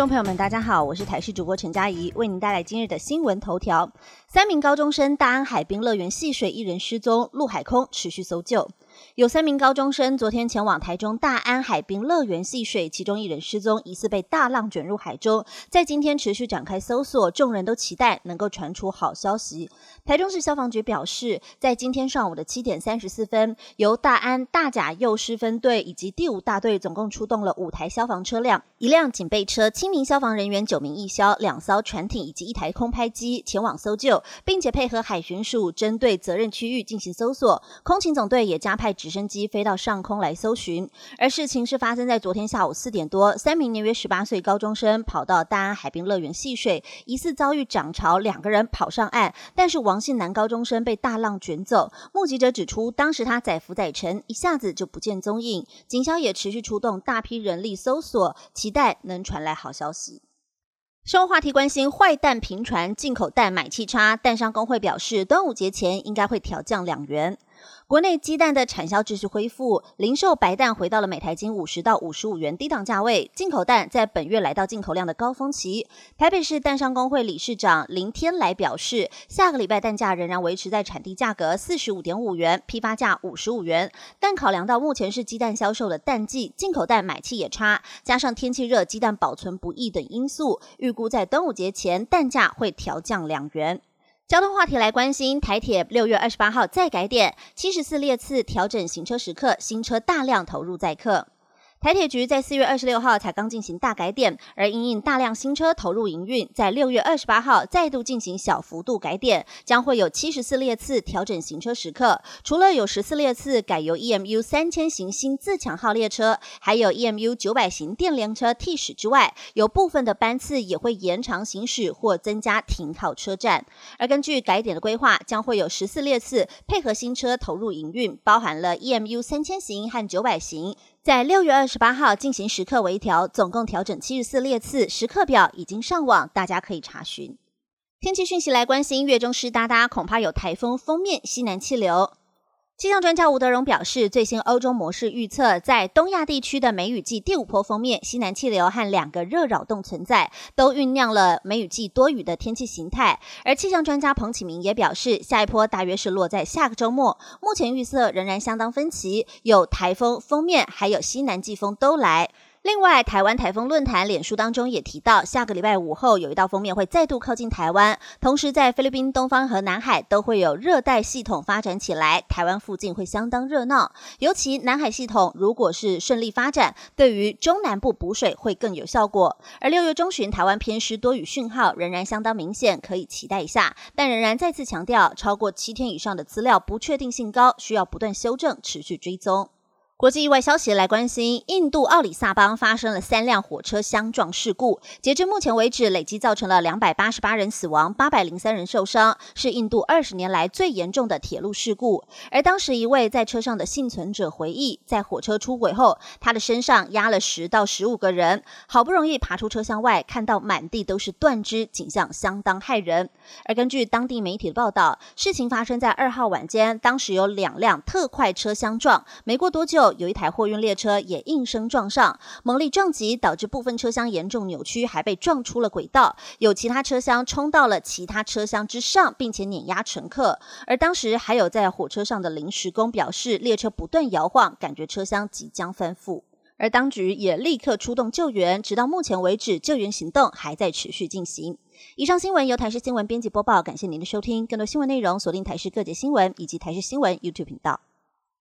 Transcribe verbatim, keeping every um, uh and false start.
众朋友们大家好，我是台视主播陈佳怡，为您带来今日的新闻头条。三名高中生大安海滨乐园戏水一人失踪，陆海空持续搜救。有三名高中生昨天前往台中大安海滨乐园戏水，其中一人失踪，疑似被大浪卷入海中，在今天持续展开搜索，众人都期待能够传出好消息。台中市消防局表示，在今天上午的七点三十四分，由大安大甲幼师分队以及第五大队总共出动了五台消防车辆、一辆警备车、七名消防人员、九名义消、两艘船艇以及一台空拍机前往搜救，并且配合海巡署针对责任区域进行搜索。空勤总队也加派直升机飞到上空来搜寻。而事情是发生在昨天下午四点多，三名年约十八岁高中生跑到大安海滨乐园戏水，疑似遭遇涨潮，两个人跑上岸，但是王姓男高中生被大浪卷走。目击者指出，当时他载浮载沉，一下子就不见踪影。警消也持续出动大批人力搜索，期待能传来好消息。生活话题关心坏蛋频传，进口蛋买气差，蛋商工会表示，端午节前应该会调降两元。国内鸡蛋的产销秩序恢复，零售白蛋回到了每台斤五十到五十五元低档价位，进口蛋在本月来到进口量的高峰期。台北市蛋商工会理事长林天来表示，下个礼拜蛋价仍然维持在产地价格 四十五点五元，批发价五十五元，但考量到目前是鸡蛋销售的淡季，进口蛋买气也差，加上天气热，鸡蛋保存不易等因素，预估在端午节前蛋价会调降两元。交通话题来关心，台铁六月二十八号再改点，七十四列次调整行车时刻，新车大量投入载客。台铁局在四月二十六号才刚进行大改点，而因应大量新车投入营运，在六月二十八号再度进行小幅度改点，将会有七十四列次调整行车时刻。除了有十四列次改由 E M U 三千型新自强号列车，还有 E M U 九百型电联车替驶之外，有部分的班次也会延长行驶或增加停靠车站。而根据改点的规划，将会有十四列次配合新车投入营运，包含了 E M U 三千型和九百型。在六月二十八号进行时刻微调，总共调整七十四列次，时刻表已经上网，大家可以查询。天气讯息来关心，月中湿哒哒，恐怕有台风锋面西南气流。气象专家吴德荣表示，最新欧洲模式预测，在东亚地区的梅雨季第五波锋面西南气流和两个热扰动存在，都酝酿了梅雨季多雨的天气形态。而气象专家彭启明也表示，下一波大约是落在下个周末，目前预测仍然相当分歧，有台风、锋面还有西南季风都来。另外，台湾台风论坛脸书当中也提到，下个礼拜五后有一道锋面会再度靠近台湾，同时在菲律宾东方和南海都会有热带系统发展起来，台湾附近会相当热闹。尤其南海系统如果是顺利发展，对于中南部补水会更有效果。而六月中旬台湾偏湿多雨讯号仍然相当明显，可以期待一下，但仍然再次强调，超过七天以上的资料不确定性高，需要不断修正，持续追踪。国际意外消息来关心，印度奥里萨邦发生了三辆火车相撞事故，截至目前为止，累计造成了两百八十八人死亡，八百零三人受伤，是印度二十年来最严重的铁路事故。而当时一位在车上的幸存者回忆，在火车出轨后，他的身上压了十到十五个人，好不容易爬出车厢外，看到满地都是断肢，景象相当骇人。而根据当地媒体的报道，事情发生在二号晚间，当时有两辆特快车相撞，没过多久，有一台货运列车也应声撞上，猛力撞击导致部分车厢严重扭曲，还被撞出了轨道，有其他车厢冲到了其他车厢之上，并且碾压乘客。而当时还有在火车上的临时工表示，列车不断摇晃，感觉车厢即将翻覆。而当局也立刻出动救援，直到目前为止，救援行动还在持续进行。以上新闻由台视新闻编辑播报，感谢您的收听。更多新闻内容锁定台视各界新闻以及台视新闻 YouTube 频道。